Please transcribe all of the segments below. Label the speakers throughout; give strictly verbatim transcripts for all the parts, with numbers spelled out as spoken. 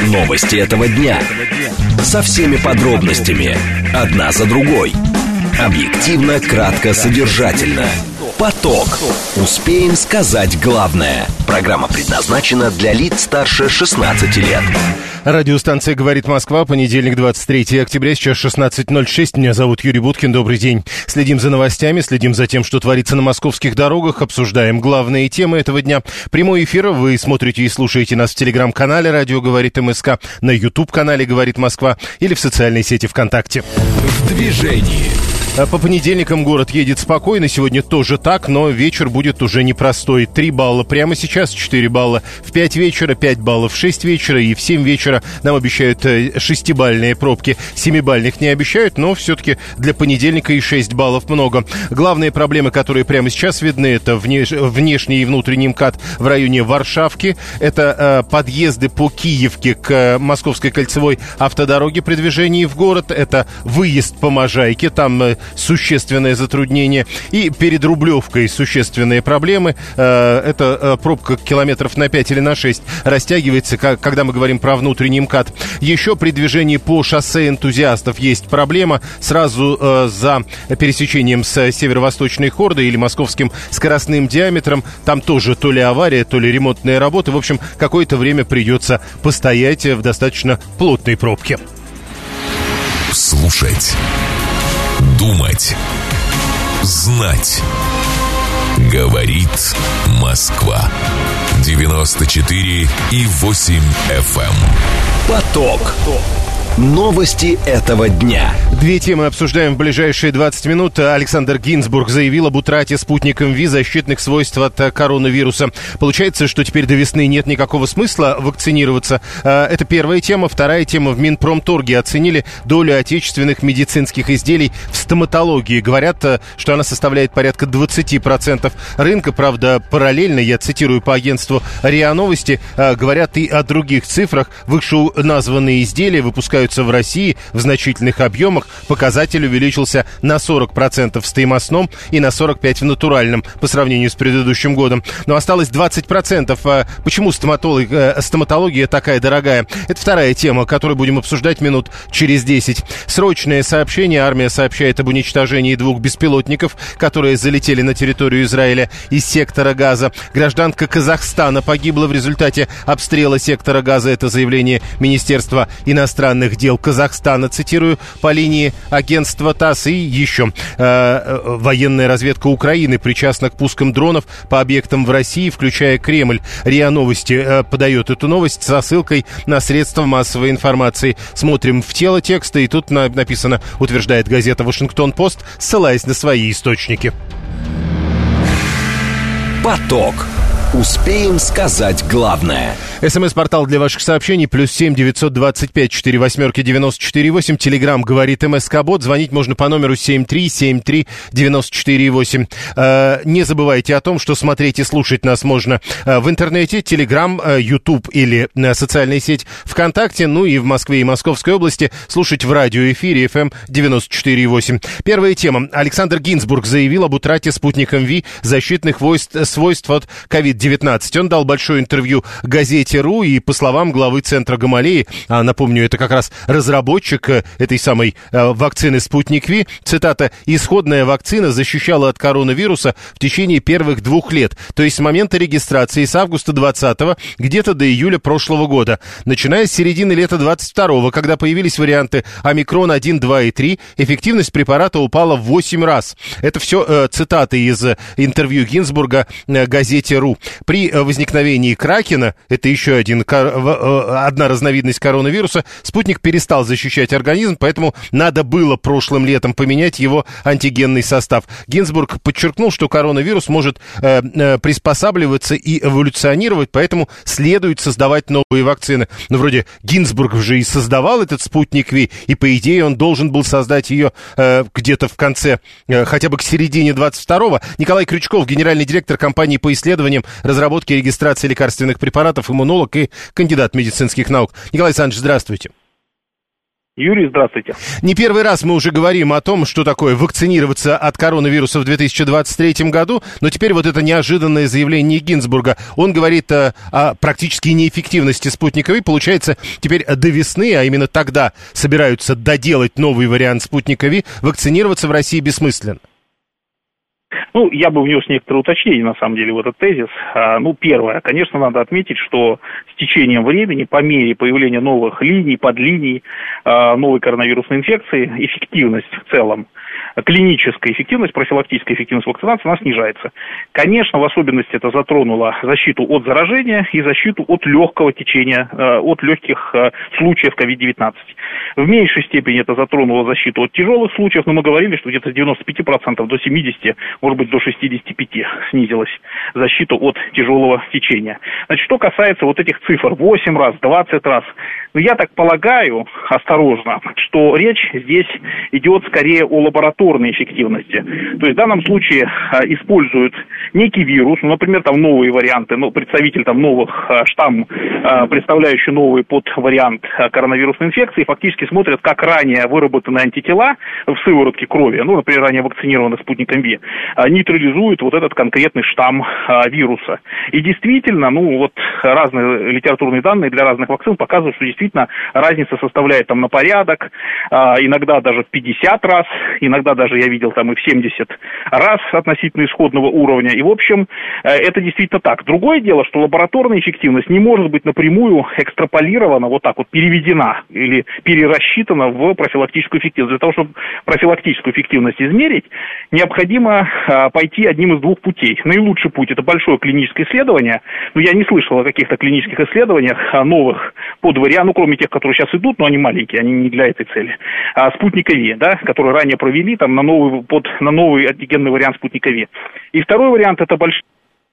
Speaker 1: Новости этого дня. Со всеми подробностями. Одна за другой. Объективно, кратко, содержательно. Поток. Успеем сказать главное. Программа предназначена для лиц старше шестнадцати лет.
Speaker 2: Радиостанция «Говорит Москва», понедельник, двадцать третьего октября, сейчас шестнадцать ноль шесть. Меня зовут Юрий Буткин, добрый день. Следим за новостями, следим за тем, что творится на московских дорогах, обсуждаем главные темы этого дня. Прямой эфир вы смотрите и слушаете нас в телеграм-канале «Радио говорит МСК», на YouTube-канале «Говорит Москва» или в социальной сети ВКонтакте.
Speaker 1: В движении.
Speaker 2: По понедельникам город едет спокойно, сегодня тоже так, но вечер будет уже непростой. три балла прямо сейчас, четыре балла в пять вечера, пять баллов в шесть вечера и в семь вечера нам обещают шестибалльные пробки. семибалльных не обещают, но все-таки для понедельника и шесть баллов много. Главные проблемы, которые прямо сейчас видны, это внеш... внешний и внутренний МКАД в районе Варшавки, это э, подъезды по Киевке к Московской кольцевой автодороге при движении в город, это выезд по Можайке, там э, существенное затруднение. И перед Рублевкой существенные проблемы. Это пробка километров на пять или на шесть растягивается, когда мы говорим про внутренний МКАД. Еще при движении по шоссе Энтузиастов есть проблема. Сразу за пересечением с северо-восточной Хордой или московским скоростным диаметром. Там тоже то ли авария, то ли ремонтные работы. В общем, какое-то время придется постоять в достаточно плотной пробке.
Speaker 3: Слушать. Думать, знать. Говорит Москва. девяносто четыре и восемь эф эм.
Speaker 1: Поток. Новости этого дня.
Speaker 2: Две темы обсуждаем в ближайшие двадцать минут. Александр Гинзбург заявил об утрате спутником Ви защитных свойств от коронавируса. Получается, что теперь до весны нет никакого смысла вакцинироваться. Это первая тема. Вторая тема. В Минпромторге оценили долю отечественных медицинских изделий в стоматологии. Говорят, что она составляет порядка двадцать процентов рынка. Правда, параллельно, я цитирую по агентству РИА Новости, говорят и о других цифрах. Вышеназванные изделия выпускают в России в значительных объемах. Показатель увеличился на сорок процентов в стоимостном и на сорок пять процентов в натуральном по сравнению с предыдущим годом. Но осталось двадцать процентов. Почему стоматолог, стоматология такая дорогая? Это вторая тема, которую будем обсуждать минут через десять. Срочное сообщение. Армия сообщает об уничтожении двух беспилотников, которые залетели на территорию Израиля из сектора Газа. Гражданка Казахстана погибла в результате обстрела сектора Газа. Это заявление Министерства иностранных дел Казахстана, цитирую, по линии агентства ТАСС. И еще э, военная разведка Украины причастна к пускам дронов по объектам в России, включая Кремль. РИА Новости э, подает эту новость со ссылкой на средства массовой информации. Смотрим в тело текста, и тут на, написано, утверждает газета «Вашингтон-Пост», ссылаясь на свои источники.
Speaker 1: Поток. Успеем сказать главное.
Speaker 2: СМС-портал для ваших сообщений плюс семь девятьсот двадцать пять четыре восьмерки девяносто четыре восемь. Телеграм говорит МСК-бот. Звонить можно по номеру семь три семь три девяносто четыре восемь. Э, не забывайте о том, что смотреть и слушать нас можно э, в интернете, Телеграм, э, Ютуб или э, социальная сеть ВКонтакте. Ну и в Москве и Московской области слушать в радиоэфире эф эм девяносто четыре восемь. Первая тема. Александр Гинзбург заявил об утрате спутником Ви защитных войств, свойств от ковид девятнадцать. Он дал большое интервью газете РУ, и по словам главы центра Гамалеи, а напомню, это как раз разработчик этой самой э, вакцины «Спутник Ви», цитата, «исходная вакцина защищала от коронавируса в течение первых двух лет, то есть с момента регистрации с августа двадцатого где-то до июля прошлого года. Начиная с середины лета двадцать второго, когда появились варианты омикрон один, два и три, эффективность препарата упала в восемь раз». Это все э, цитаты из интервью Гинзбурга э, газете РУ. При возникновении кракена, это еще один, одна разновидность коронавируса, спутник перестал защищать организм, поэтому надо было прошлым летом поменять его антигенный состав. Гинзбург подчеркнул, что коронавирус может э, э, приспосабливаться и эволюционировать, поэтому следует создавать новые вакцины. Но вроде Гинзбург же и создавал этот спутник Ви, и по идее он должен был создать ее э, где-то в конце, э, хотя бы к середине двадцать второго. Николай Крючков, генеральный директор компании по исследованиям, разработке и регистрации лекарственных препаратов, иммунолог и кандидат медицинских наук. Николай Александрович, здравствуйте.
Speaker 4: Юрий, здравствуйте.
Speaker 2: Не первый раз мы уже говорим о том, что такое вакцинироваться от коронавируса в две тысячи двадцать третьем году, но теперь вот это неожиданное заявление Гинзбурга, он говорит о, о практически неэффективности Спутника Ви. Получается, теперь до весны, а именно тогда собираются доделать новый вариант Спутника Ви, вакцинироваться в России бессмысленно.
Speaker 4: Ну, я бы внес некоторые уточнения, на самом деле, в этот тезис. Ну, первое, конечно, надо отметить, что с течением времени, по мере появления новых линий, подлиний, новой коронавирусной инфекции, эффективность в целом, клиническая эффективность, профилактическая эффективность вакцинации, она снижается. Конечно, в особенности это затронуло защиту от заражения и защиту от легкого течения, от легких случаев ковид девятнадцать. В меньшей степени это затронуло защиту от тяжелых случаев, но мы говорили, что где-то с девяноста пяти процентов до семидесяти процентов, может быть, до шестидесяти пяти процентов снизилась защита от тяжелого течения. Значит, что касается вот этих цифр, восемь раз, двадцать раз, ну, я так полагаю, осторожно, что речь здесь идет скорее о лабораторной эффективности. То есть в данном случае а, используют некий вирус, ну, например, там новые варианты, ну, представитель там новых а, штамм, а, представляющий новый подвариант а, коронавирусной инфекции, фактически смотрят, как ранее выработанные антитела в сыворотке крови, ну, например, ранее вакцинированных Спутником Ви, а, нейтрализуют вот этот конкретный штамм а, вируса. И действительно, ну, вот разные литературные данные для разных вакцин показывают, что действительно разница составляет там на порядок, а, иногда даже в пятьдесят раз, иногда даже я видел там и в семьдесят раз относительно исходного уровня. И, в общем, это действительно так. Другое дело, что лабораторная эффективность не может быть напрямую экстраполирована, вот так вот переведена или перерасчитана в профилактическую эффективность. Для того, чтобы профилактическую эффективность измерить, необходимо а, пойти одним из двух путей. Наилучший путь – это большое клиническое исследование. Но я не слышал о каких-то клинических исследованиях а, новых подвариантов, ну, кроме тех, которые сейчас идут, но они маленькие, они не для этой цели. А Спутника Ви, да, который ранее провели там на новый, под, на новый антигенный вариант Спутника Ви. И второй вариант – это большой...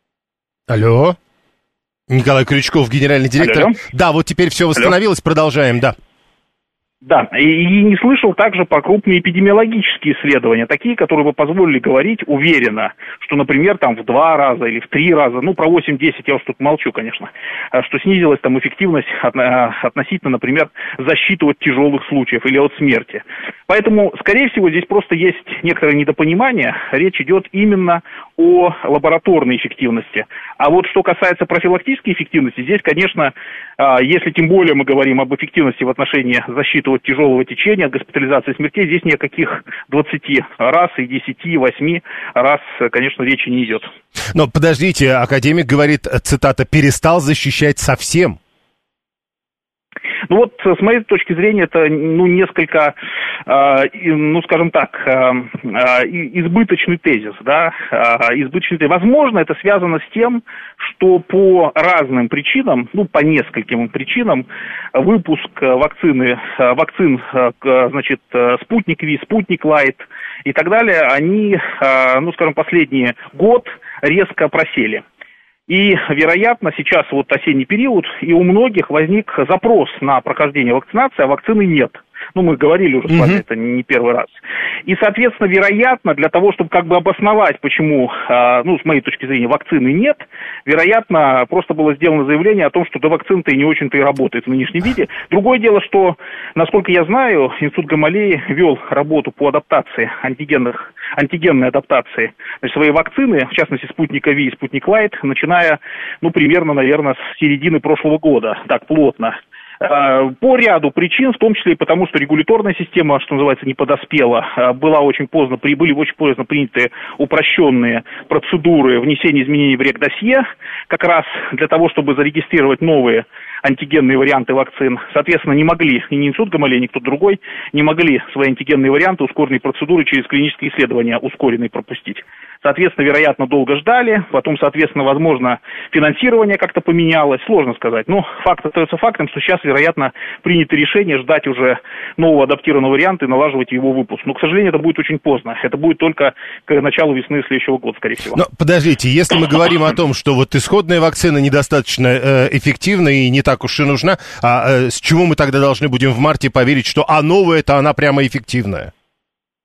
Speaker 2: Алло? Николай Крючков, генеральный директор.
Speaker 4: Алло.
Speaker 2: Да, вот теперь все восстановилось, Алло. Продолжаем, да.
Speaker 4: Да, и, и не слышал также про крупные эпидемиологические исследования, такие, которые бы позволили говорить уверенно, что, например, там в два раза или в три раза, ну, про восемь-десять я уж тут молчу, конечно, что снизилась там эффективность от, относительно, например, защиты от тяжелых случаев или от смерти. Поэтому, скорее всего, здесь просто есть некоторое недопонимание, речь идет именно о лабораторной эффективности. А вот что касается профилактической эффективности, здесь, конечно, если тем более мы говорим об эффективности в отношении защиты от тяжелого течения, от госпитализации и смертей, здесь ни о каких двадцати раз и десяти, восьми раз, конечно, речи не идет.
Speaker 2: Но подождите, академик говорит, цитата, «перестал защищать совсем».
Speaker 4: Ну вот, с моей точки зрения, это, ну, несколько, э, ну, скажем так, э, э, избыточный тезис, да, э, избыточный тезис. Возможно, это связано с тем, что по разным причинам, ну, по нескольким причинам, выпуск вакцины, вакцин, значит, Спутник Ви, Спутник Лайт и так далее, они, э, ну, скажем, последний год резко просели. И, вероятно, сейчас вот осенний период, и у многих возник запрос на прохождение вакцинации, а вакцины нет. Ну, мы говорили уже с вами, mm-hmm. это не первый раз. И, соответственно, вероятно, для того, чтобы как бы обосновать, почему, э, ну, с моей точки зрения, вакцины нет, вероятно, просто было сделано заявление о том, что да, вакцина-то и не очень-то и работает в нынешнем виде. Другое дело, что, насколько я знаю, Институт Гамалеи вел работу по адаптации антигенных, антигенной адаптации, значит, своей вакцины, в частности, Спутника Ви и Спутник Лайт, начиная, ну, примерно, наверное, с середины прошлого года, так плотно. По ряду причин, в том числе и потому, что регуляторная система, что называется, не подоспела, была очень поздно, были очень поздно приняты упрощенные процедуры внесения изменений в регдосье, как раз для того, чтобы зарегистрировать новые антигенные варианты вакцин. Соответственно, не могли, и ни Институт Гамалеи, ни кто другой, не могли свои антигенные варианты ускоренной процедуры через клинические исследования ускоренные пропустить. Соответственно, вероятно, долго ждали, потом, соответственно, возможно, финансирование как-то поменялось, сложно сказать. Но факт остается фактом, что сейчас, вероятно, принято решение ждать уже нового адаптированного варианта и налаживать его выпуск. Но, к сожалению, это будет очень поздно. Это будет только к началу весны следующего года, скорее всего.
Speaker 2: Но подождите, если мы говорим о том, что вот исходная вакцина недостаточно э, эффективна и не так уж и нужна, а э, с чего мы тогда должны будем в марте поверить, что а новая-то она прямо эффективная?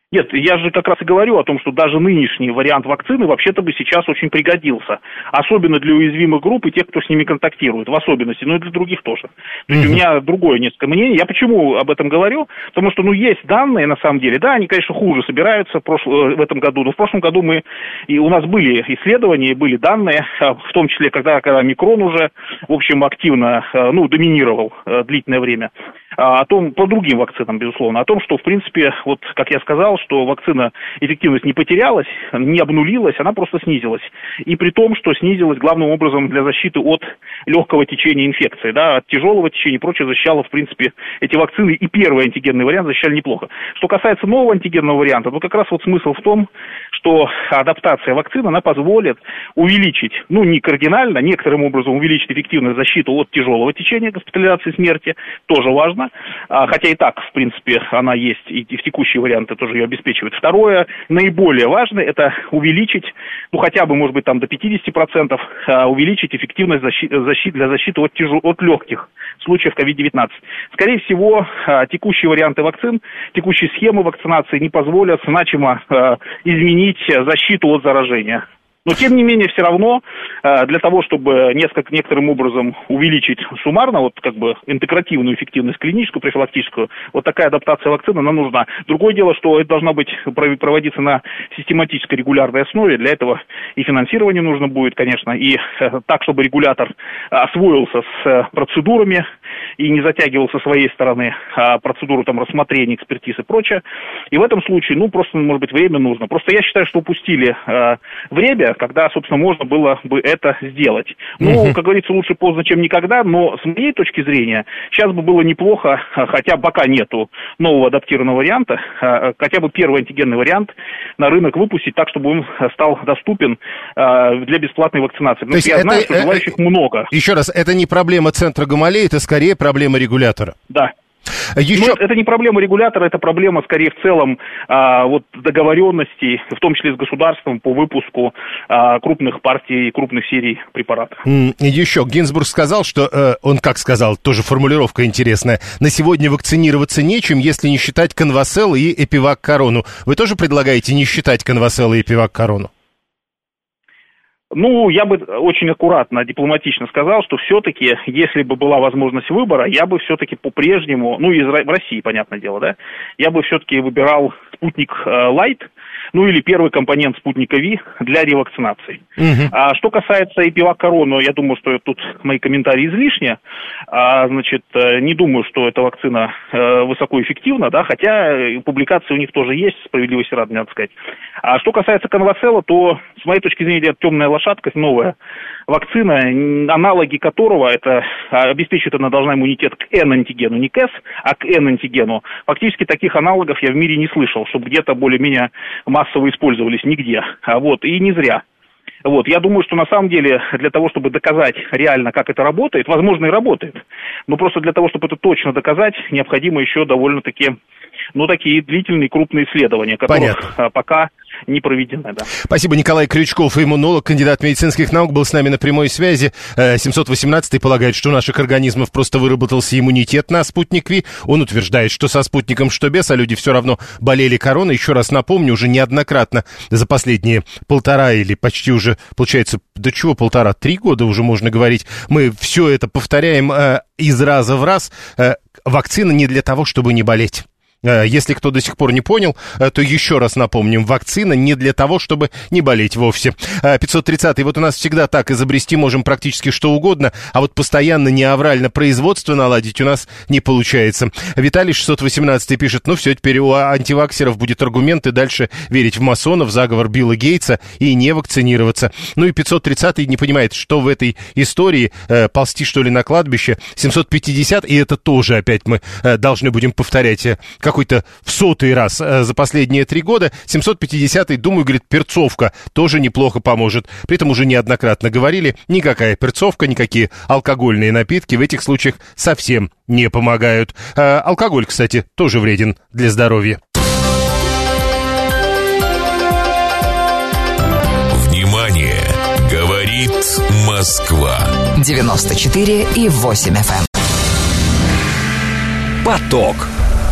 Speaker 4: Нет, я же как раз и говорю о том, что даже нынешний вариант вакцины вообще-то бы сейчас очень пригодился. Особенно для уязвимых групп и тех, кто с ними контактирует, в особенности, но и для других тоже. То есть mm-hmm. у меня другое несколько мнений. Я почему об этом говорю? Потому что, ну, есть данные, на самом деле, да, они, конечно, хуже собираются в, прошлом, в этом году, но в прошлом году мы, и у нас были исследования, были данные, в том числе, когда, когда микрон уже, в общем, активно, ну, доминировал длительное время, о том, по другим вакцинам, безусловно, о том, что, в принципе, вот, как я сказал, что вакцина эффективность не потерялась, не обнулилась, она просто снизилась. И при том, что снизилась главным образом для защиты от легкого течения инфекции, да, от тяжелого течения и прочее защищала, в принципе, эти вакцины и первый антигенный вариант защищали неплохо. Что касается нового антигенного варианта, то как раз вот смысл в том, что адаптация вакцины, она позволит увеличить, ну, не кардинально, некоторым образом увеличить эффективность защиты от тяжелого течения, госпитализации, смерти, тоже важно, хотя и так, в принципе, она есть, и в текущие варианты тоже ее обеспечивают. Второе, наиболее важное, это увеличить, ну, хотя бы, может быть, там до пятьдесят процентов увеличить эффективность защиты, защиты для защиты от, тяжел, от легких случаев ковид девятнадцать. Скорее всего, текущие варианты вакцин, текущие схемы вакцинации не позволят значимо изменить защиту от заражения. Но, тем не менее, все равно для того, чтобы несколько, некоторым образом увеличить суммарно, вот как бы интегративную эффективность клиническую, профилактическую, вот такая адаптация вакцины, она нужна. Другое дело, что это должна быть проводиться на систематической регулярной основе. Для этого и финансирование нужно будет, конечно, и так, чтобы регулятор освоился с процедурами и не затягивал со своей стороны процедуру там рассмотрения, экспертиз и прочее. И в этом случае, ну, просто, может быть, время нужно. Просто я считаю, что упустили время, когда, собственно, можно было бы это сделать. Ну, как говорится, лучше поздно, чем никогда, но с моей точки зрения, сейчас бы было неплохо, хотя пока нету нового адаптированного варианта, хотя бы первый антигенный вариант на рынок выпустить так, чтобы он стал доступен для бесплатной вакцинации. Потому что я это, знаю, что желающих много.
Speaker 2: Еще раз, это не проблема центра Гамалеи, это скорее проблема регулятора.
Speaker 4: Да.
Speaker 2: Еще...
Speaker 4: Ну, это не проблема регулятора, это проблема, скорее, в целом а, вот, договоренностей, в том числе с государством, по выпуску а, крупных партий, крупных серий препаратов.
Speaker 2: Еще Гинзбург сказал, что, э, он как сказал, тоже формулировка интересная, на сегодня вакцинироваться нечем, если не считать Конвасел и Эпивак-Корону. Вы тоже предлагаете не считать Конвасел и Эпивак-Корону?
Speaker 4: Ну, я бы очень аккуратно, дипломатично сказал, что все-таки, если бы была возможность выбора, я бы все-таки по-прежнему, ну, из в России, понятное дело, да, я бы все-таки выбирал спутник Лайт, ну, или первый компонент спутника Ви для ревакцинации. Uh-huh. А что касается Эпивак-Корону, я думаю, что тут мои комментарии излишни. А, значит, не думаю, что эта вакцина э, высокоэффективна, да, хотя публикации у них тоже есть, справедливости ради, надо сказать. А что касается Конвасела, то, с моей точки зрения, это темная лошадка, новая вакцина, аналоги которого это обеспечивает, она должна иммунитет к N-антигену, не к S, а к N-антигену. Фактически таких аналогов я в мире не слышал, чтобы где-то более-менее массово использовались, нигде. А вот, и не зря. Вот, я думаю, что на самом деле для того, чтобы доказать реально, как это работает, возможно, и работает, но просто для того, чтобы это точно доказать, необходимо еще довольно-таки, ну, такие длительные крупные исследования, которых Понятно. пока не проведены, да.
Speaker 2: Спасибо. Николай Крючков, иммунолог, кандидат медицинских наук, был с нами на прямой связи. семьсот восемнадцатый полагает, что у наших организмов просто выработался иммунитет на спутник Ви. Он утверждает, что со спутником, что без, а люди все равно болели короной. Еще раз напомню, уже неоднократно за последние полтора или почти уже, получается, до чего полтора, три года уже можно говорить, мы все это повторяем э, из раза в раз. Э, вакцина не для того, чтобы не болеть. Если кто до сих пор не понял, то еще раз напомним, вакцина не для того, чтобы не болеть вовсе. пятьсот тридцатый, вот у нас всегда так, изобрести можем практически что угодно, а вот постоянно неаврально производство наладить у нас не получается. Виталий шестьсот восемнадцатый пишет, ну все, теперь у антиваксеров будет аргумент и дальше верить в масонов, заговор Билла Гейтса и не вакцинироваться. Ну и пятьсот тридцатый не понимает, что в этой истории, э, ползти что ли на кладбище. семьсот пятьдесят, и это тоже опять мы э, должны будем повторять, э, как какой-то в сотый раз э, за последние три года. семьсот пятидесятый, думаю, говорит, перцовка тоже неплохо поможет. При этом уже неоднократно говорили, никакая перцовка, никакие алкогольные напитки в этих случаях совсем не помогают. Э, алкоголь, кстати, тоже вреден для здоровья.
Speaker 3: Внимание! Говорит Москва.
Speaker 5: девяносто четыре и восемь эф эм.
Speaker 1: Поток.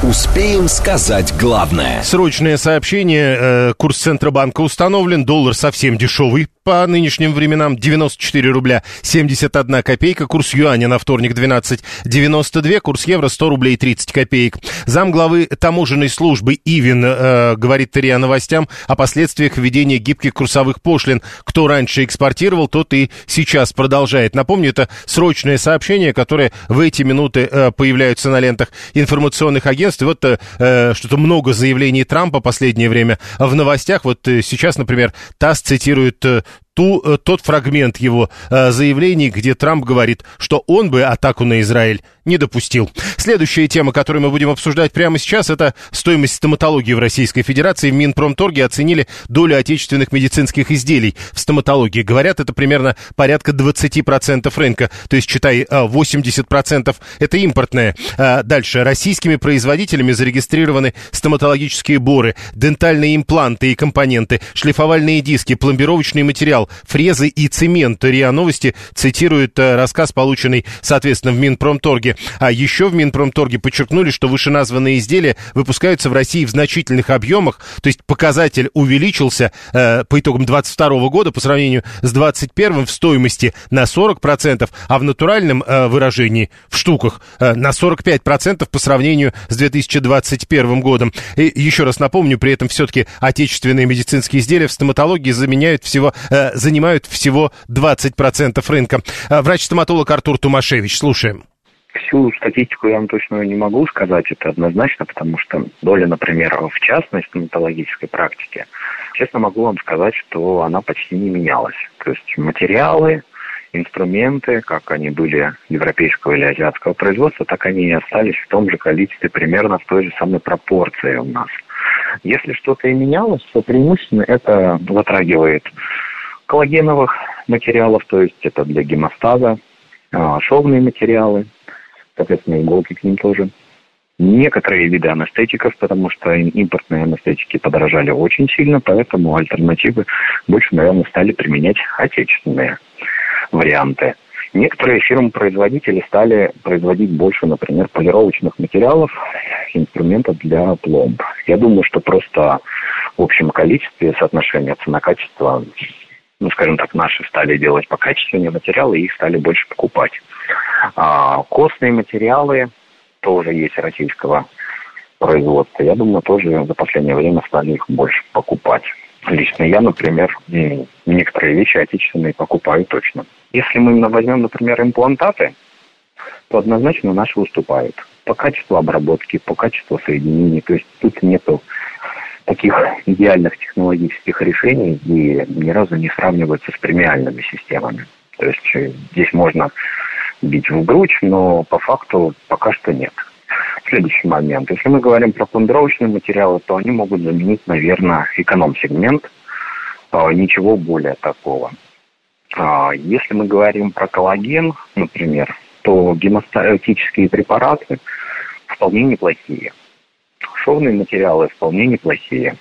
Speaker 1: Успеем сказать главное.
Speaker 2: Срочное сообщение. Э, курс Центробанка установлен. Доллар совсем дешевый по нынешним временам. девяносто четыре рубля семьдесят одна копейка. Курс юаня на вторник двенадцать девяносто два. Курс евро сто рублей тридцать копеек. Замглавы таможенной службы Ивин э, говорит РИА Новостям о последствиях введения гибких курсовых пошлин. Кто раньше экспортировал, тот и сейчас продолжает. Напомню, это срочное сообщение, которое в эти минуты э, появляются на лентах информационных агентств. И вот э, что-то много заявлений Трампа в последнее время в новостях. Вот э, сейчас, например, ТАСС цитирует э, ту, э, тот фрагмент его э, заявлений, где Трамп говорит, что он бы атаку на Израиль не допустил. Следующая тема, которую мы будем обсуждать прямо сейчас, это стоимость стоматологии в Российской Федерации. В Минпромторге оценили долю отечественных медицинских изделий в стоматологии. Говорят, это примерно порядка двадцать процентов рынка. То есть, считай, восемьдесят процентов это импортное. Дальше. Российскими производителями зарегистрированы стоматологические боры, дентальные импланты и компоненты, шлифовальные диски, пломбировочный материал, фрезы и цемент. РИА Новости цитирует рассказ, полученный, соответственно, в Минпромторге. А еще в Минпромторге подчеркнули, что вышеназванные изделия выпускаются в России в значительных объемах, то есть показатель увеличился э, по итогам двадцать второго года по сравнению с двадцать первым в стоимости на сорок процентов, а в натуральном э, выражении в штуках э, на сорок пять процентов по сравнению с две тысячи двадцать первым годом. И еще раз напомню, при этом все-таки отечественные медицинские изделия в стоматологии заменяют всего, э, занимают всего двадцать процентов рынка. Э, врач-стоматолог Артур Тумашевич, слушаем.
Speaker 5: Всю статистику я вам точно не могу сказать, это однозначно, потому что доля, например, в частной стоматологической практике, честно могу вам сказать, что она почти не менялась. То есть материалы, инструменты, как они были европейского или азиатского производства, так они и остались в том же количестве, примерно в той же самой пропорции у нас. Если что-то и менялось, то преимущественно это затрагивает коллагеновых материалов, то есть это для гемостаза, шовные материалы, соответственно, иголки к ним тоже. Некоторые виды анестетиков, потому что импортные анестетики подорожали очень сильно, поэтому альтернативы больше, наверное, стали применять отечественные варианты. Некоторые фирмы-производители стали производить больше, например, полировочных материалов, инструментов для пломб. Я думаю, что просто в общем количестве соотношения цена-качество, ну, скажем так, наши стали делать покачественнее материалы, и их стали больше покупать. А костные материалы тоже есть российского производства. Я думаю, тоже за последнее время стали их больше покупать. Лично я, например, некоторые вещи отечественные покупаю точно. Если мы именно возьмем, например, имплантаты, то однозначно наши уступают. По качеству обработки, по качеству соединений. То есть тут нету таких идеальных технологических решений и ни разу не сравниваются с премиальными системами. То есть здесь можно бить в грудь, но по факту пока что нет. Следующий момент. Если мы говорим про пломбировочные материалы, то они могут заменить, наверное, эконом-сегмент. Ничего более такого. Если мы говорим про коллаген, например, то гемостатические препараты вполне неплохие. Шовные материалы вполне неплохие.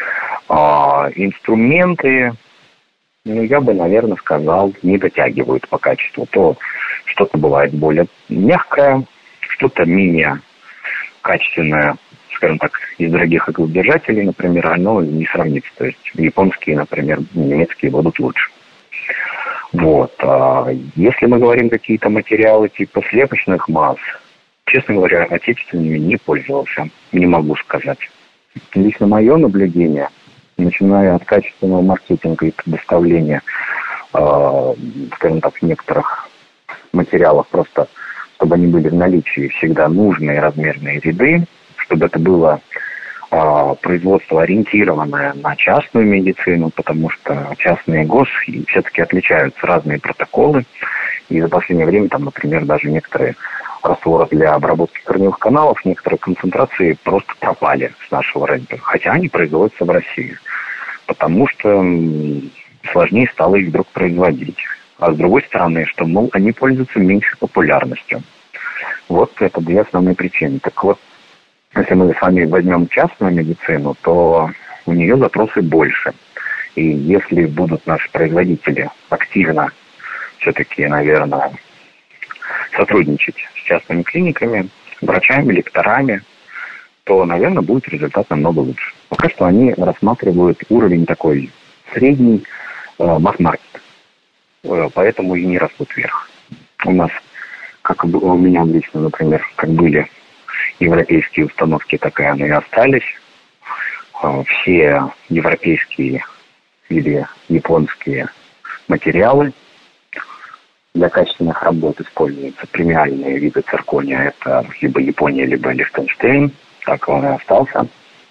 Speaker 5: Инструменты, ну, я бы, наверное, сказал, не дотягивают по качеству. То что-то бывает более мягкое, что-то менее качественное, скажем так, из дорогих иглодержателей, например, оно не сравнится. То есть японские, например, немецкие будут лучше. Вот. А если мы говорим какие-то материалы типа слепочных масс, честно говоря, отечественными не пользовался, не могу сказать. Лично мое наблюдение, начиная от качественного маркетинга и предоставления, э, скажем так, некоторых материалов, просто чтобы они были в наличии всегда нужные размерные ряды, чтобы это было э, производство, ориентированное на частную медицину, потому что частные гос все-таки отличаются разные протоколы, и за последнее время там, например, даже некоторые растворы для обработки корневых каналов, некоторые концентрации просто пропали с нашего рынка, хотя они производятся в России, потому что сложнее стало их вдруг производить. А с другой стороны, что, мол, они пользуются меньшей популярностью. Вот это две основные причины. Так вот, если мы с вами возьмем частную медицину, то у нее запросы больше. И если будут наши производители активно все-таки, наверное, сотрудничать с частными клиниками, врачами, лекторами, то, наверное, будет результат намного лучше. Пока что они рассматривают уровень такой средний э, масс-маркет. Э, поэтому и не растут вверх. У нас, как у меня лично, например, как были европейские установки, так и они и остались. Э, все европейские или японские материалы для качественных работ используются премиальные виды циркония. Это либо Япония, либо Лихтенштейн. Так он и остался.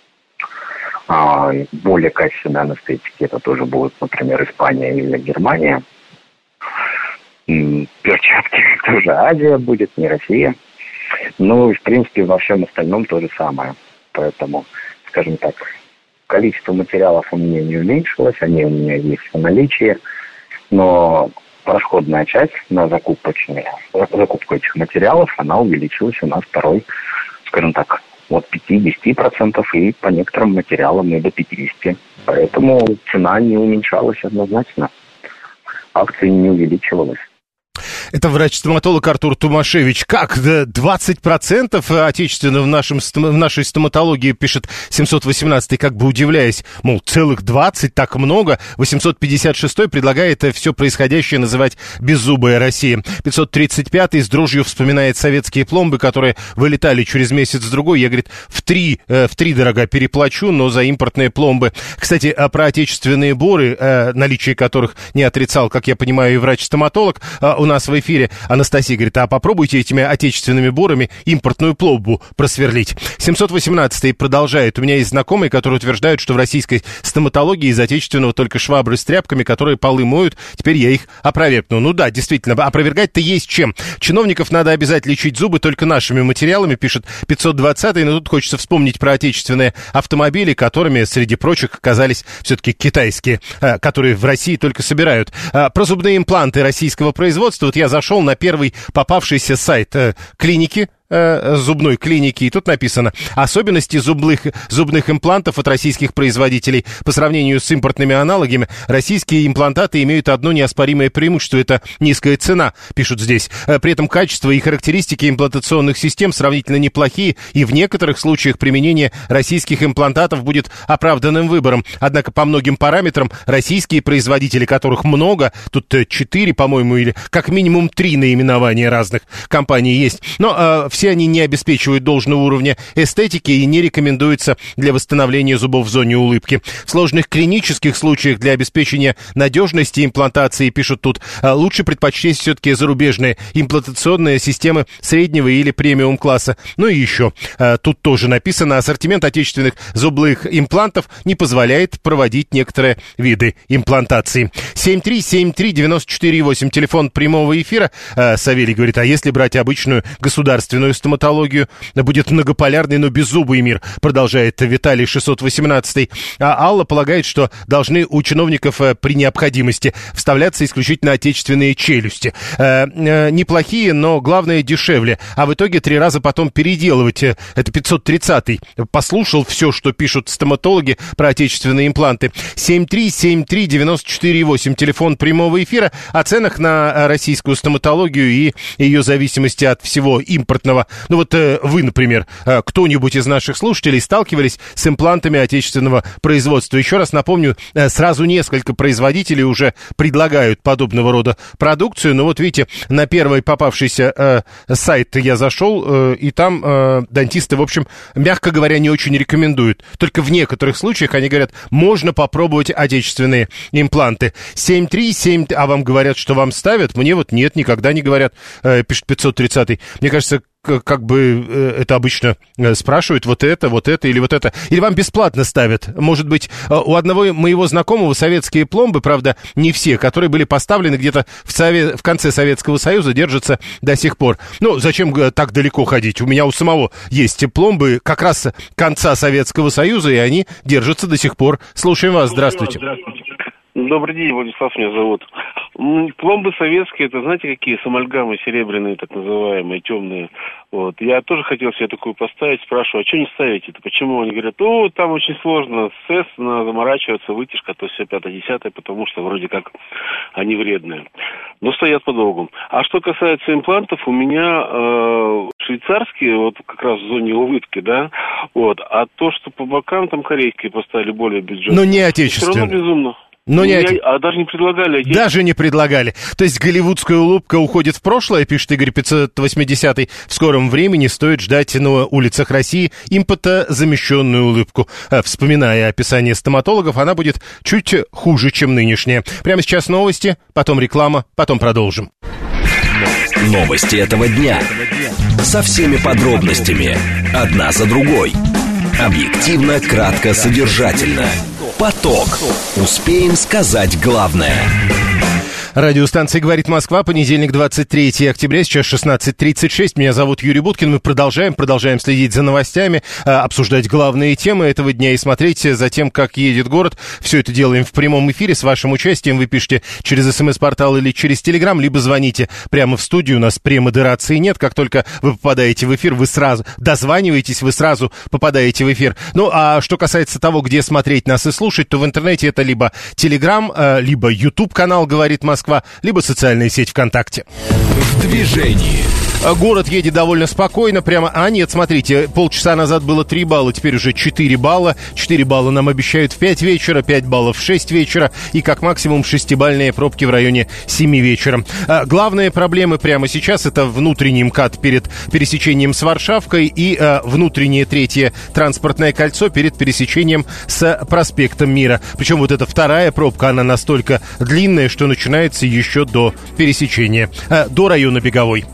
Speaker 5: А более качественные анестетики это тоже будут, например, Испания или Германия. Перчатки тоже Азия будет, не Россия. Ну и, в принципе, во всем остальном то же самое. Поэтому, скажем так, количество материалов у меня не уменьшилось, они у меня есть в наличии, но расходная часть на закупочные, закупку этих материалов, она увеличилась у нас порой, скажем так, от пятьдесят процентов и по некоторым материалам и до пятьдесят процентов. Поэтому цена не уменьшалась однозначно, акции не увеличивалась.
Speaker 2: Это врач-стоматолог Артур Тумашевич. Как? двадцать процентов отечественного в, нашем, в нашей стоматологии, пишет семьсот восемнадцатый, как бы удивляясь. Мол, целых двадцать, так много. восемьсот пятьдесят шестой предлагает все происходящее называть беззубая Россия. пятьсот тридцать пятый с дрожью вспоминает советские пломбы, которые вылетали через месяц-другой. Я, говорит, в три, э, в три дорога переплачу, но за импортные пломбы. Кстати, про отечественные боры, э, наличие которых не отрицал, как я понимаю, и врач-стоматолог, э, у нас в эфире Анастасия говорит, а попробуйте этими отечественными борами импортную пломбу просверлить. семьсот восемнадцатый продолжает. У меня есть знакомые, которые утверждают, что в российской стоматологии из отечественного только швабры с тряпками, которые полы моют. Теперь я их опровергну. Ну да, действительно, опровергать-то есть чем. Чиновников надо обязать лечить зубы только нашими материалами, пишет пятьсот двадцатый. Но тут хочется вспомнить про отечественные автомобили, которыми, среди прочих, оказались все-таки китайские, которые в России только собирают. Про зубные импланты российского производства. Вот я зашел на первый попавшийся сайт э, клиники, э, зубной клиники, и тут написано: особенности зубных, зубных имплантов от российских производителей. По сравнению с импортными аналогами, российские имплантаты имеют одно неоспоримое преимущество — это низкая цена, пишут здесь. При этом качество и характеристики имплантационных систем сравнительно неплохие, и в некоторых случаях применение российских имплантатов будет оправданным выбором. Однако по многим параметрам российские производители, которых много, тут четыре, по-моему, или как минимум три наименования разных компаний есть, но э, все они не обеспечивают должного уровня эстетики и не рекомендуются для восстановления зубов в зоне улыбки. В сложных клинических случаях для обеспечения надежности имплантации, пишут тут, э, лучше предпочесть все-таки зарубежные имплантационные системы среднего или премиум класса. Ну и еще, э, тут тоже написано: ассортимент отечественных зубных имплантов не позволяет проводить некоторые виды имплантации. семь три семь три девять четыре восемь, телефон прямого эфира. Э, Савелий говорит, а если брать обычную государственную стоматологию, будет многополярный, но беззубый мир, продолжает Виталий шестьсот восемнадцатый. А Алла полагает, что должны у чиновников э, при необходимости вставляться исключительно отечественные челюсти. Э, э, неплохие, но главное дешевле. А в итоге три раза потом переделывать. Это пятьсот тридцатый. Послушал все, что пишут стоматологи про отечественные импланты. семь три семь три девять четыре восемь, телефон прямого эфира. О ценах на российскую стоматологию и ее зависимости от всего импортного. Ну вот э, вы, например, э, кто-нибудь из наших слушателей сталкивались с имплантами отечественного производства? Еще раз напомню, э, сразу несколько производителей уже предлагают подобного рода продукцию. Но вот видите, на первый попавшийся э, сайт я зашел, э, и там э, дантисты, в общем, мягко говоря, не очень рекомендуют. Только в некоторых случаях они говорят, можно попробовать отечественные импланты. семь три семь, а вам говорят, что вам ставят? Мне вот нет, никогда не говорят, э, пишет пятьсот тридцатый. Мне кажется, как бы э, это обычно э, спрашивают, вот это, вот это или вот это. Или вам бесплатно ставят. Может быть, э, у одного моего знакомого советские пломбы, правда, не все, которые были поставлены где-то в, сове... в конце Советского Союза, держатся до сих пор. Ну, зачем э, так далеко ходить? У меня у самого есть пломбы как раз конца Советского Союза, и они держатся до сих пор. Слушаем вас, здравствуйте.
Speaker 6: Добрый день, Владислав меня зовут. Пломбы советские, это знаете какие? С амальгамой серебряные, так называемые, темные. Вот. Я тоже хотел себе такую поставить, спрашиваю, а что не ставите-то? Почему? Они говорят, ну, там очень сложно, сесс, надо заморачиваться, вытяжка, то все пятое-десятое, потому что вроде как они вредные. Но стоят подолгу. А что касается имплантов, у меня э, швейцарские, вот как раз в зоне улыбки, да, Вот. А то, что по бокам там корейские поставили более бюджетные...
Speaker 2: Но не отечественные.
Speaker 6: Все равно безумно.
Speaker 2: Но не
Speaker 6: я,
Speaker 2: оте...
Speaker 6: А даже не предлагали.
Speaker 2: Даже не предлагали. То есть голливудская улыбка уходит в прошлое, пишет Игорь пятьсот восьмидесятый. В скором времени стоит ждать на улицах России импортозамещенную улыбку. Вспоминая описание стоматологов, она будет чуть хуже, чем нынешняя. Прямо сейчас новости, потом реклама, потом продолжим.
Speaker 1: Новости этого дня. Со всеми подробностями. Одна за другой. Объективно, кратко, содержательно. Поток. Успеем сказать главное.
Speaker 2: Радиостанция «Говорит Москва», понедельник, двадцать третьего октября, сейчас шестнадцать тридцать шесть. Меня зовут Юрий Буткин. Мы продолжаем, продолжаем следить за новостями, обсуждать главные темы этого дня и смотреть за тем, как едет город. Все это делаем в прямом эфире. С вашим участием вы пишите через СМС-портал или через Телеграм, либо звоните прямо в студию. У нас премодерации нет. Как только вы попадаете в эфир, вы сразу дозваниваетесь, вы сразу попадаете в эфир. Ну, а что касается того, где смотреть нас и слушать, то в интернете это либо Телеграм, либо YouTube-канал «Говорит Москва», либо социальная сеть ВКонтакте.
Speaker 3: В движении.
Speaker 2: Город едет довольно спокойно, прямо... А нет, смотрите, полчаса назад было три балла, теперь уже четыре балла. четыре балла нам обещают в пять вечера, пять баллов в шесть вечера и как максимум шестибалльные пробки в районе семи вечера. А, главные проблемы прямо сейчас — это внутренний МКАД перед пересечением с Варшавкой и а, внутреннее третье транспортное кольцо перед пересечением с проспектом Мира. Причем вот эта вторая пробка, она настолько длинная, что начинается еще до пересечения, а, до района Беговой.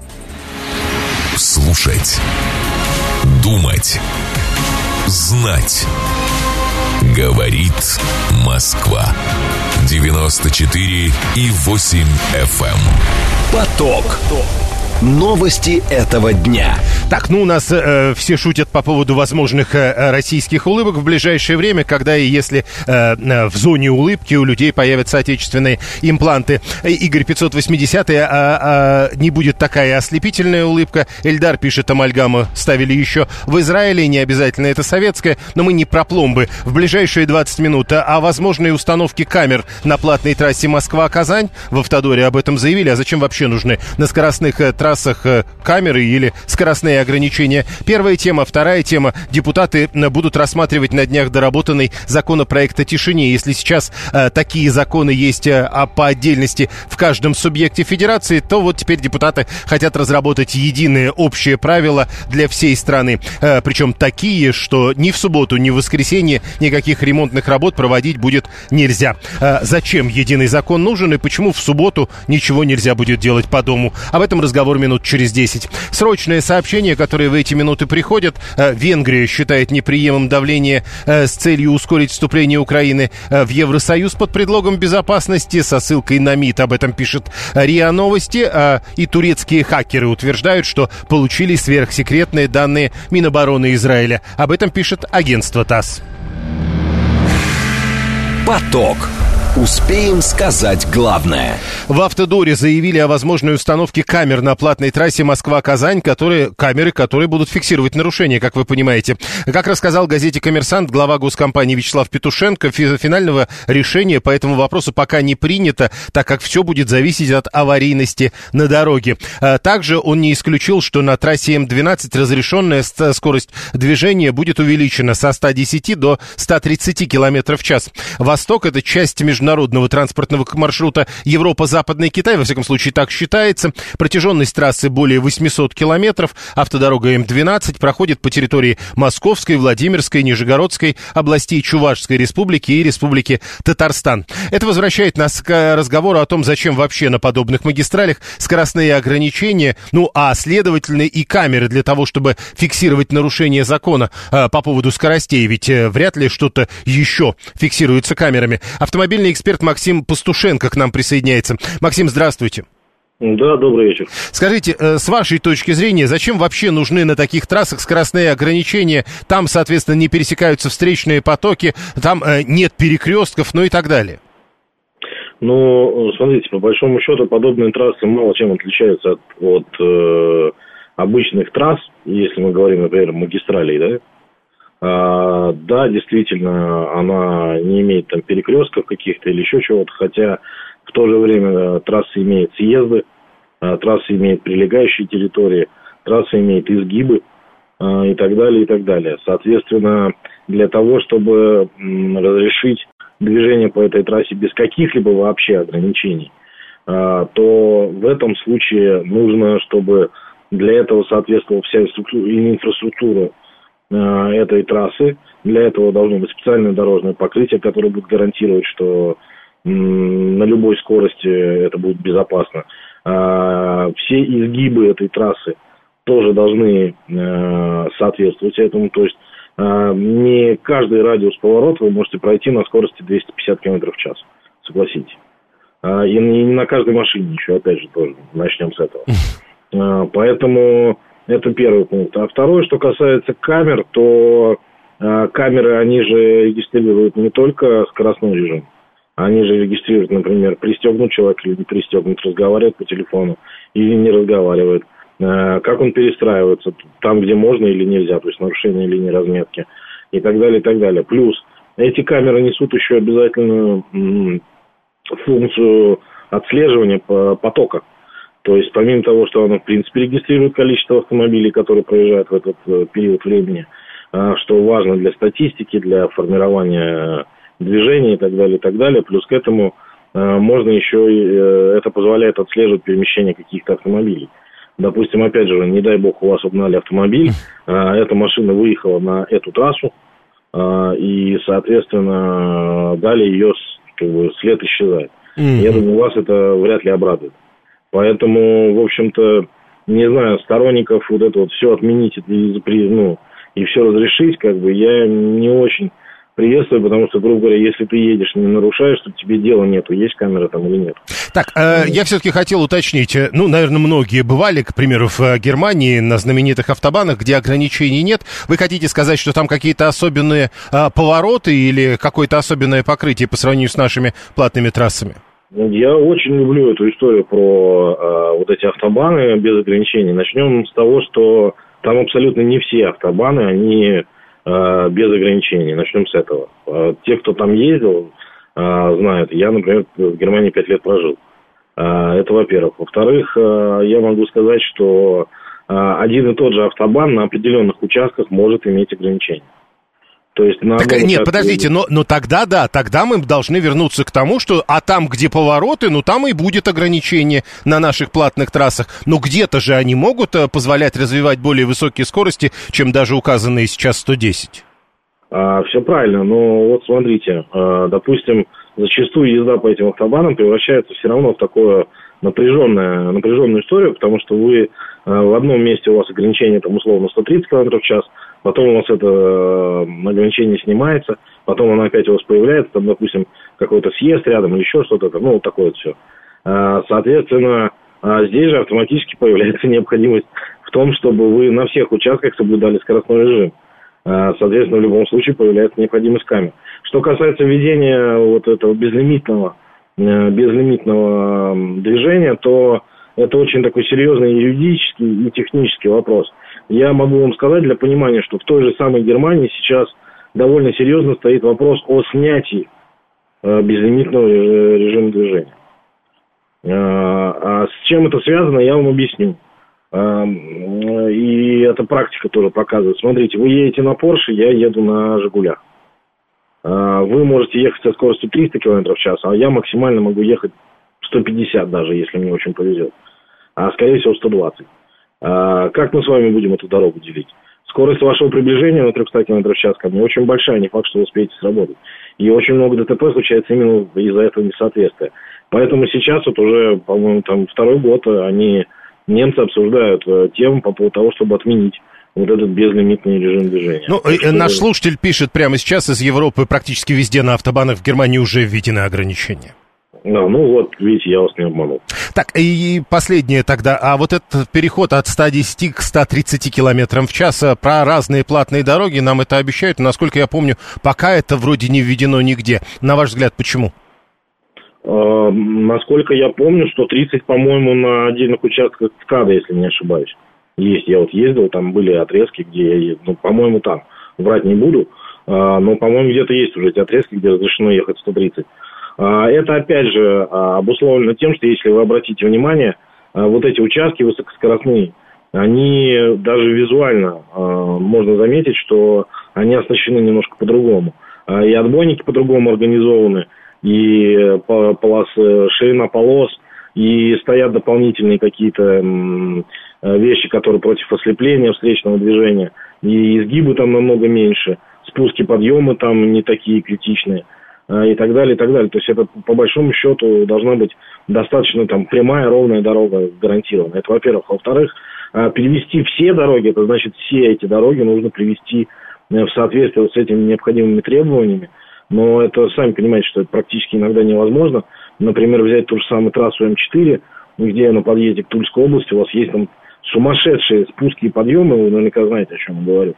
Speaker 3: Слушать, думать, знать. Говорит Москва. девяносто четыре и восемь эф эм.
Speaker 1: Поток. Новости этого дня.
Speaker 2: Так, ну у нас э, все шутят по поводу возможных э, российских улыбок в ближайшее время, когда и если э, в зоне улыбки у людей появятся отечественные импланты. Игорь пятьсот восьмидесятый, а, а, не будет такая ослепительная улыбка. Эльдар пишет, амальгаму ставили еще в Израиле, не обязательно это советская, но мы не про пломбы. В ближайшие двадцать минут о возможной установке камер на платной трассе Москва-Казань. В Автодоре об этом заявили. А зачем вообще нужны на скоростных э, трассах э, камеры или скоростные ограничения? Первая тема. Вторая тема. Депутаты будут рассматривать на днях доработанный законопроект о тишине. Если сейчас э, такие законы есть э, по отдельности в каждом субъекте федерации, то вот теперь депутаты хотят разработать единые общие правила для всей страны. Э, причем такие, что ни в субботу, ни в воскресенье никаких ремонтных работ проводить будет нельзя. Э, зачем единый закон нужен и почему в субботу ничего нельзя будет делать по дому? Об этом разговор минут через десять. Срочное сообщение, которое в эти минуты приходят. Венгрия считает неприемлемым давление с целью ускорить вступление Украины в Евросоюз под предлогом безопасности, со ссылкой на МИД. Об этом пишет РИА Новости. И турецкие хакеры утверждают, что получили сверхсекретные данные Минобороны Израиля. Об этом пишет агентство ТАСС.
Speaker 1: Поток. Успеем сказать главное.
Speaker 2: В Автодоре заявили о возможной установке камер на платной трассе Москва-Казань, которые, камеры, которые будут фиксировать нарушения, как вы понимаете. Как рассказал газете «Коммерсант» глава госкомпании Вячеслав Петушенко, финального решения по этому вопросу пока не принято, так как все будет зависеть от аварийности на дороге. Также он не исключил, что на трассе М двенадцать разрешенная скорость движения будет увеличена со ста десяти до ста тридцати километров в час. Восток — это часть международного Международного транспортного маршрута Европа-Западный Китай, во всяком случае так считается. Протяженность трассы более восьмисот километров. Автодорога М двенадцать проходит по территории Московской, Владимирской, Нижегородской областей, Чувашской республики и Республики Татарстан. Это возвращает нас к разговору о том, зачем вообще на подобных магистралях скоростные ограничения, ну а следовательно и камеры для того, чтобы фиксировать нарушение закона э, по поводу скоростей, ведь э, вряд ли что-то еще фиксируется камерами. Автомобильный эксперт Максим Пастушенко к нам присоединяется. Максим, здравствуйте.
Speaker 7: Да, добрый вечер.
Speaker 2: Скажите, с вашей точки зрения, зачем вообще нужны на таких трассах скоростные ограничения? Там, соответственно, не пересекаются встречные потоки, там нет перекрестков, ну и так далее.
Speaker 7: Ну, смотрите, по большому счету, подобные трассы мало чем отличаются от, от э, обычных трасс, если мы говорим, например, магистралей, да? А, да, действительно, она не имеет там перекрестков каких-то или еще чего-то, хотя в то же время трасса имеет съезды, трасса имеет прилегающие территории, трасса имеет изгибы, и так далее, и так далее. Соответственно, для того, чтобы разрешить движение по этой трассе без каких-либо вообще ограничений, то в этом случае нужно, чтобы для этого соответствовала вся инфраструктура этой трассы. Для этого должно быть специальное дорожное покрытие, которое будет гарантировать, что на любой скорости это будет безопасно. Все изгибы этой трассы тоже должны соответствовать этому. То есть не каждый радиус поворота вы можете пройти на скорости двести пятьдесят километров в час, согласитесь. И не на каждой машине еще, опять же, тоже начнем с этого. Поэтому это первый пункт. А второе, что касается камер, то камеры, они же регистрируют не только скоростной режим. Они же регистрируют, например, пристегнут человек или не пристегнут, разговаривает по телефону или не разговаривает. Как он перестраивается, там, где можно или нельзя, то есть нарушение линии разметки и так далее, и так далее. Плюс эти камеры несут еще обязательную функцию отслеживания потока. То есть помимо того, что она, в принципе, регистрирует количество автомобилей, которые проезжают в этот период времени, что важно для статистики, для формирования движения и так далее, и так далее. Плюс к этому можно еще, это позволяет отслеживать перемещение каких-то автомобилей. Допустим, опять же, не дай бог, у вас угнали автомобиль, эта машина выехала на эту трассу, и, соответственно, далее ее как бы, след исчезает. Mm-hmm. Я думаю, вас это вряд ли обрадует. Поэтому, в общем-то, не знаю, сторонников вот это вот все отменить и, ну, и все разрешить, как бы, я не очень приветствую, потому что, грубо говоря, если ты едешь, не нарушаешь, то тебе дела нету, есть камера там или нет.
Speaker 2: Так, э, я все-таки хотел уточнить, ну, наверное, многие бывали, к примеру, в Германии на знаменитых автобанах, где ограничений нет. Вы хотите сказать, что там какие-то особенные э, повороты или какое-то особенное покрытие по сравнению с нашими платными трассами?
Speaker 7: Я очень люблю эту историю про э, вот эти автобаны без ограничений. Начнем с того, что там абсолютно не все автобаны, они без ограничений. Начнем с этого. Те, кто там ездил, знают. Я, например, в Германии пять лет прожил. Это во-первых. Во-вторых, я могу сказать, что один и тот же автобан на определенных участках может иметь ограничения. То есть на
Speaker 2: так, нет,
Speaker 7: участке...
Speaker 2: подождите, но, но тогда, да, тогда мы должны вернуться к тому, что, а там, где повороты, ну, там и будет ограничение на наших платных трассах. Но где-то же они могут позволять развивать более высокие скорости, чем даже указанные сейчас сто десять.
Speaker 7: А, все правильно, но вот смотрите, а, допустим, зачастую езда по этим автобанам превращается все равно в такое напряженное, напряженную историю, потому что вы а, в одном месте у вас ограничение, там, условно, сто тридцать километров в час, потом у вас это ограничение снимается, потом оно опять у вас появляется, там, допустим, какой-то съезд рядом или еще что-то, ну, вот такое вот все. Соответственно, здесь же автоматически появляется необходимость в том, чтобы вы на всех участках соблюдали скоростной режим. Соответственно, в любом случае появляется необходимость камер. Что касается введения вот этого безлимитного, безлимитного движения, то это очень такой серьезный юридический и технический вопрос. Я могу вам сказать для понимания, что в той же самой Германии сейчас довольно серьезно стоит вопрос о снятии э, безлимитного режима движения. Э, а с чем это связано, я вам объясню. Э, и эта практика тоже показывает. Смотрите, вы едете на Порше, я еду на Жигулях. Э, вы можете ехать со скоростью триста километров в час, а я максимально могу ехать сто пятьдесят даже, если мне очень повезет. А скорее всего сто двадцать. А как мы с вами будем эту дорогу делить? Скорость вашего приближения на триста километров в час ко мне очень большая, не факт, что вы успеете сработать. И очень много ДТП случается именно из-за этого несоответствия. Поэтому сейчас вот уже, по-моему, там второй год они, немцы обсуждают тему по поводу того, чтобы отменить вот этот безлимитный режим движения.
Speaker 2: Ну, что... наш слушатель пишет прямо сейчас из Европы, практически везде на автобанах в Германии уже введены ограничения.
Speaker 7: Да, ну вот, видите, я вас не обманул.
Speaker 2: Так, и последнее тогда. А вот этот переход от ста десяти к ста тридцати километрам в час про разные платные дороги нам это обещают. Насколько я помню, пока это вроде не введено нигде. На ваш взгляд, почему?
Speaker 7: А, насколько я помню, сто тридцать, по-моему, на отдельных участках ЦКАДа, если не ошибаюсь. Есть, я вот ездил, там были отрезки, где я ездил. Ну, по-моему, там. Врать не буду. А, но, по-моему, где-то есть уже эти отрезки, где разрешено ехать сто тридцать. Это, опять же, обусловлено тем, что, если вы обратите внимание, вот эти участки высокоскоростные, они даже визуально э, можно заметить, что они оснащены немножко по-другому. И отбойники по-другому организованы, и полосы, ширина полос, и стоят дополнительные какие-то м, вещи, которые против ослепления встречного движения, и изгибы там намного меньше, спуски, подъемы там не такие критичные, и так далее, и так далее. То есть это по большому счету должна быть достаточно там прямая, ровная дорога гарантированная. Это во-первых. Во-вторых, перевести все дороги, это значит все эти дороги нужно привести в соответствии с этими необходимыми требованиями. Но это, сами понимаете, что это практически иногда невозможно. Например, взять ту же самую трассу эм четыре, где на подъезде к Тульской области у вас есть там сумасшедшие спуски и подъемы, вы наверняка знаете, о чем я говорю.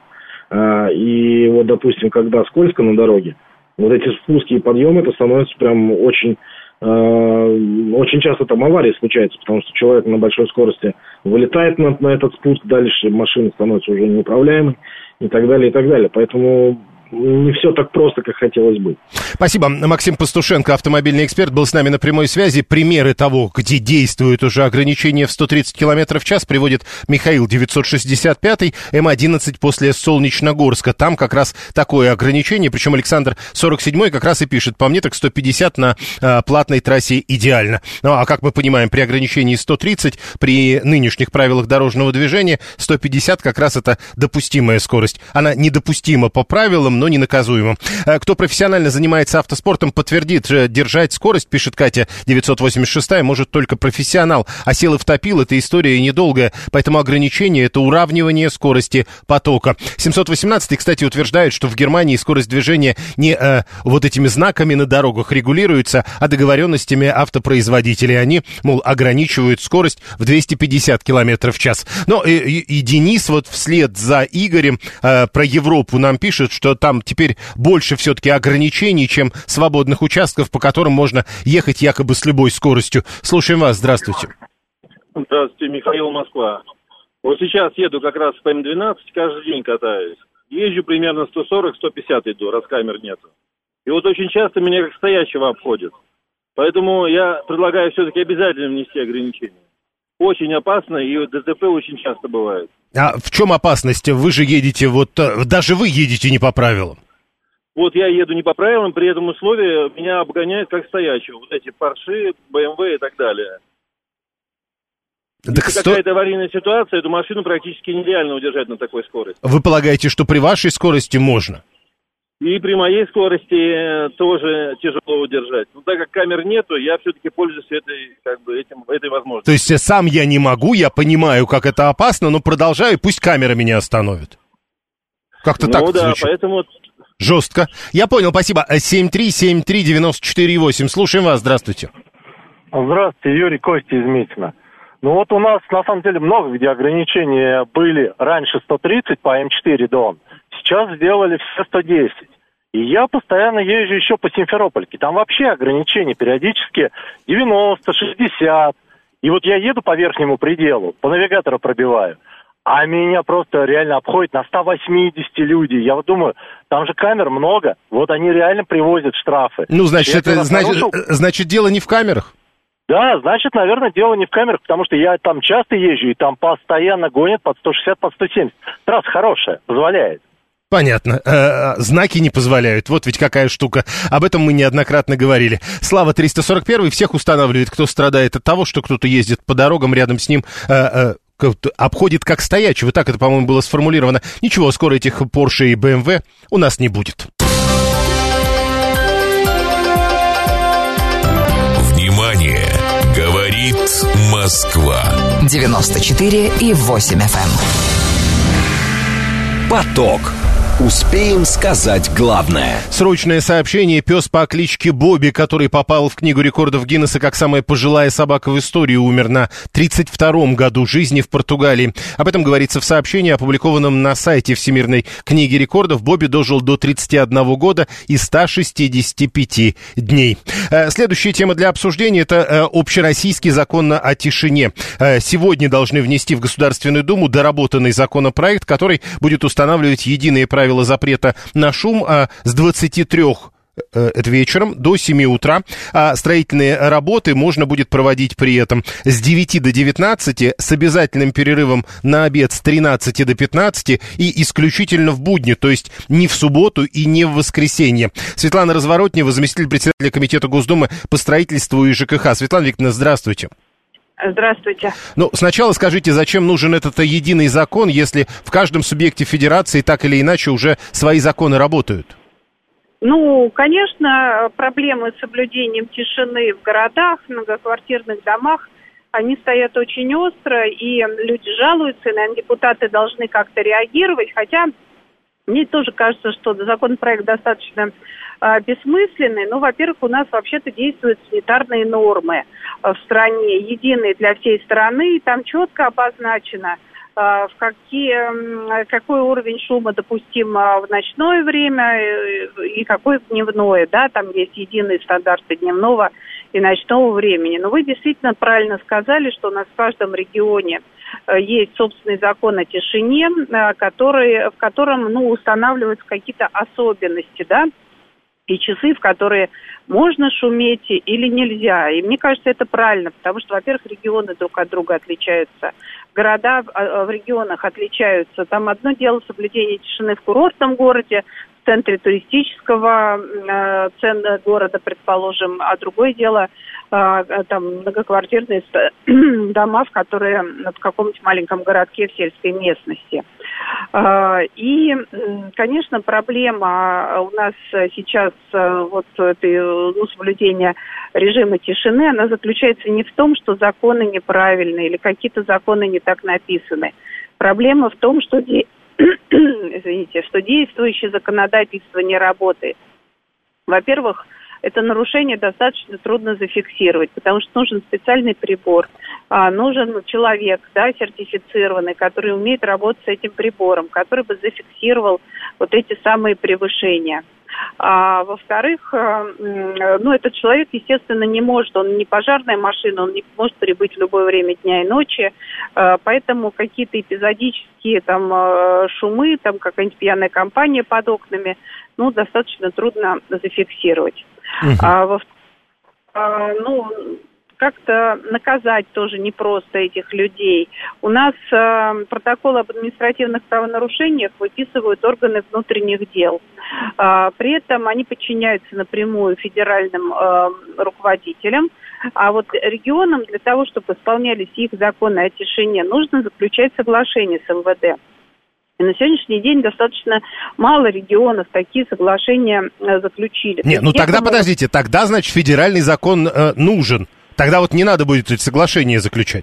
Speaker 7: И вот, допустим, когда скользко на дороге, вот эти спуски и подъемы, это становится прям очень... Очень часто там аварии случаются, потому что человек на большой скорости вылетает на, на этот спуск, дальше машина становится уже неуправляемой и так далее, и так далее. Поэтому не все так просто, как хотелось бы.
Speaker 2: Спасибо. Максим Пастушенко, автомобильный эксперт, был с нами на прямой связи. Примеры того, где действуют уже ограничения в сто тридцать километров в час, приводит Михаил, девятьсот шестьдесят пятый, эм одиннадцать после Солнечногорска. Там как раз такое ограничение, причем Александр сорок седьмой как раз и пишет: по мне так сто пятьдесят на а, платной трассе идеально. Ну, а как мы понимаем, при ограничении сто тридцать, при нынешних правилах дорожного движения, сто пятьдесят как раз это допустимая скорость. Она недопустима по правилам, но не наказуема. Кто профессионально занимается автоспортом, подтвердит, держать скорость, пишет Катя девятьсот восемьдесят шесть, может только профессионал. А сел и втопил, эта история недолгая, поэтому ограничение — это уравнивание скорости потока. семьсот восемнадцатый, кстати, утверждает, что в Германии скорость движения не э, вот этими знаками на дорогах регулируется, а договоренностями автопроизводителей. Они, мол, ограничивают скорость в двести пятьдесят километров в час. Но и, и, и Денис вот вслед за Игорем э, про Европу нам пишет, что там Там теперь больше все-таки ограничений, чем свободных участков, по которым можно ехать якобы с любой скоростью. Слушаем вас, здравствуйте.
Speaker 8: Здравствуйте, Михаил, Москва. Вот сейчас еду как раз по эм двенадцать, каждый день катаюсь. Езжу примерно сто сорок - сто пятьдесят иду, раз камер нету. И вот очень часто меня как стоящего обходят. Поэтому я предлагаю все-таки обязательно внести ограничения. Очень опасно, и ДТП очень часто бывает.
Speaker 2: А в чем опасность? Вы же едете, вот даже вы едете не по правилам.
Speaker 8: Вот я еду не по правилам, при этом условии меня обгоняют как стоячего. Вот эти Порше, бэ эм вэ и так далее.
Speaker 2: Так
Speaker 8: Если
Speaker 2: сто...
Speaker 8: какая-то аварийная ситуация, эту машину практически нереально удержать на такой скорости.
Speaker 2: Вы полагаете, что при вашей скорости можно?
Speaker 8: И при моей скорости тоже тяжело удержать. Но так как камер нету, я все-таки пользуюсь этой, как бы, этим, этой возможностью.
Speaker 2: То есть сам я не могу, я понимаю, как это опасно, но продолжаю, пусть камера меня остановит. Как-то
Speaker 8: ну,
Speaker 2: так
Speaker 8: да,
Speaker 2: звучит.
Speaker 8: поэтому...
Speaker 2: Жестко. Я понял, спасибо. семь три семь три девять четыре восемь. Слушаем вас, здравствуйте.
Speaker 9: Здравствуйте, Юрий, Костя из Митина. Ну вот у нас на самом деле много где ограничения были. Раньше сто тридцать по эм четыре Дон. Сейчас сделали все сто десять. И я постоянно езжу еще по Симферопольке. Там вообще ограничения периодически девяносто, шестьдесят. И вот я еду по верхнему пределу, по навигатору пробиваю. А меня просто реально обходят на сто восемьдесят люди. Я вот думаю, там же камер много. Вот они реально привозят штрафы.
Speaker 2: Ну, значит,
Speaker 9: я
Speaker 2: это, значит, нарушил... значит, дело не в камерах?
Speaker 9: Да, значит, наверное, дело не в камерах, потому что я там часто езжу, и там постоянно гонят под сто шестьдесят, под сто семьдесят. Трасса хорошая, позволяет.
Speaker 2: Понятно. Э-э, знаки не позволяют. Вот ведь какая штука. Об этом мы неоднократно говорили. Слава триста сорок один всех устанавливает, кто страдает от того, что кто-то ездит по дорогам, рядом с ним э-э, обходит как стоячего. Так это, по-моему, было сформулировано. Ничего, скоро этих Порше и бэ эм вэ у нас не будет.
Speaker 3: Внимание! Говорит Москва.
Speaker 10: девяносто четыре и восемь эф эм.
Speaker 1: Поток. Успеем сказать главное.
Speaker 2: Срочное сообщение. Пес по кличке Бобби, который попал в Книгу рекордов Гиннесса как самая пожилая собака в истории, умер на тридцать втором году жизни в Португалии. Об этом говорится в сообщении, опубликованном на сайте Всемирной книги рекордов. Бобби дожил до тридцати одного года и ста шестидесяти пяти дней. Следующая тема для обсуждения – это общероссийский закон о тишине. Сегодня должны внести в Государственную Думу доработанный законопроект, который будет устанавливать единые правила запрета на шум, а с двадцати трёх это вечером, до семи утра. А строительные работы можно будет проводить при этом с девяти до девятнадцати, с обязательным перерывом на обед с тринадцати до пятнадцати и исключительно в будни, то есть не в субботу и не в воскресенье. Светлана Разворотнева, заместитель председателя Комитета Госдумы по строительству и ЖКХ. Светлана Викторовна, здравствуйте.
Speaker 11: Здравствуйте.
Speaker 2: Ну, сначала скажите, зачем нужен этот единый закон, если в каждом субъекте федерации так или иначе уже свои законы работают?
Speaker 11: Ну, конечно, проблемы с соблюдением тишины в городах, в многоквартирных домах, они стоят очень остро, и люди жалуются, и, наверное, депутаты должны как-то реагировать, хотя мне тоже кажется, что законопроект достаточно э, бессмысленный. Ну, во-первых, у нас вообще-то действуют санитарные нормы э, в стране, единые для всей страны, и там четко обозначено, в какие, какой уровень шума допустим в ночное время и какой в дневное, да, там есть единые стандарты дневного и ночного времени. Но вы действительно правильно сказали, что у нас в каждом регионе есть собственный закон о тишине, который, в котором, ну, устанавливаются какие-то особенности, да, и часы, в которые можно шуметь или нельзя. И мне кажется, это правильно, потому что, во-первых, регионы друг от друга отличаются. Города в регионах отличаются. Там одно дело соблюдение тишины в курортном городе, в центре туристического э, центра города, предположим, а другое дело э, там многоквартирные дома, в которые в каком-нибудь маленьком городке в сельской местности. Э, и, конечно, проблема у нас сейчас э, вот этой, ну, соблюдения режима тишины, она заключается не в том, что законы неправильные или какие-то законы не так написаны. Проблема в том, что, де... Извините, что действующее законодательство не работает. Во-первых, это нарушение достаточно трудно зафиксировать, потому что нужен специальный прибор, а, нужен человек, да, сертифицированный, который умеет работать с этим прибором, который бы зафиксировал вот эти самые превышения. А, во-вторых, ну, этот человек, естественно, не может, он не пожарная машина, он не может прибыть в любое время дня и ночи, поэтому какие-то эпизодические там шумы, там какая-нибудь пьяная компания под окнами, ну, достаточно трудно зафиксировать. Uh-huh. А, во, а, ну, как-то наказать тоже непросто этих людей. У нас э, протоколы об административных правонарушениях выписывают органы внутренних дел. Э, при этом они подчиняются напрямую федеральным э, руководителям. А вот регионам для того, чтобы исполнялись их законы о тишине, нужно заключать соглашение с эм вэ дэ. И на сегодняшний день достаточно мало регионов такие соглашения э, заключили.
Speaker 2: Нет, ну тогда, подождите, тогда, значит, федеральный закон э, нужен. Тогда вот не надо будет эти соглашения заключать.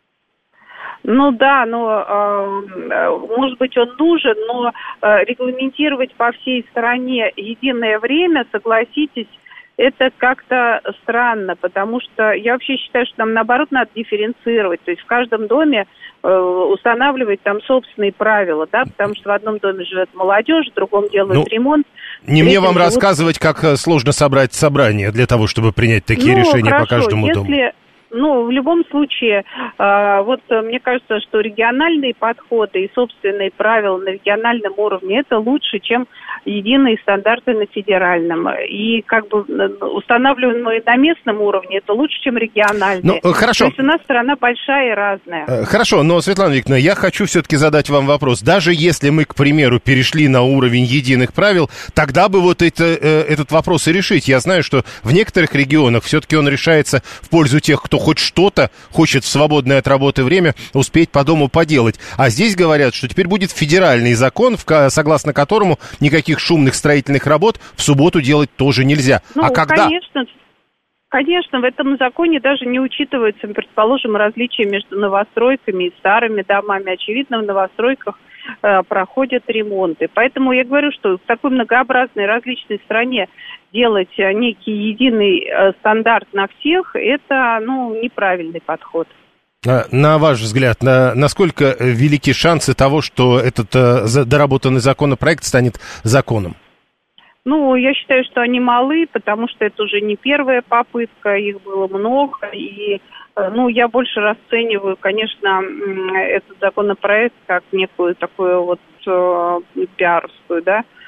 Speaker 11: Ну да, но, э, может быть, он нужен, но э, регламентировать по всей стране единое время, согласитесь, это как-то странно, потому что я вообще считаю, что нам, наоборот, надо дифференцировать. То есть в каждом доме э, устанавливать там собственные правила, да, потому что в одном доме живет молодежь, в другом делают ну, ремонт.
Speaker 2: Не мне вам живут... рассказывать, как сложно собрать собрание для того, чтобы принять такие
Speaker 11: ну,
Speaker 2: решения
Speaker 11: хорошо,
Speaker 2: по каждому
Speaker 11: если...
Speaker 2: дому.
Speaker 11: Ну, в любом случае, э, вот мне кажется, что региональные подходы и собственные правила на региональном уровне это лучше, чем единые стандарты на федеральном. И как бы устанавливаемые на местном уровне это лучше, чем региональные.
Speaker 2: Ну, хорошо.
Speaker 11: То есть у нас страна большая и разная.
Speaker 2: Хорошо, но, Светлана Викторовна, я хочу все-таки задать вам вопрос. Даже если мы, к примеру, перешли на уровень единых правил, тогда бы вот это, этот вопрос и решить. Я знаю, что в некоторых регионах все-таки он решается в пользу тех, кто хоть что-то хочет в свободное от работы время успеть по дому поделать. А здесь говорят, что теперь будет федеральный закон, согласно которому никаких шумных строительных работ в субботу делать тоже нельзя.
Speaker 11: Ну,
Speaker 2: а когда?
Speaker 11: Конечно, конечно, в этом законе даже не учитывается, предположим, различия между новостройками и старыми домами. Очевидно, в новостройках э, проходят ремонты. Поэтому я говорю, что в такой многообразной, различной стране делать некий единый э, стандарт на всех, это, ну, неправильный подход.
Speaker 2: На ваш взгляд, на, насколько велики шансы того, что этот э, доработанный законопроект станет законом?
Speaker 11: Ну, я считаю, что они малы, потому что это уже не первая попытка, их было много, и, ну, я больше расцениваю, конечно, этот законопроект как некую такую вот э, пиарскую, да,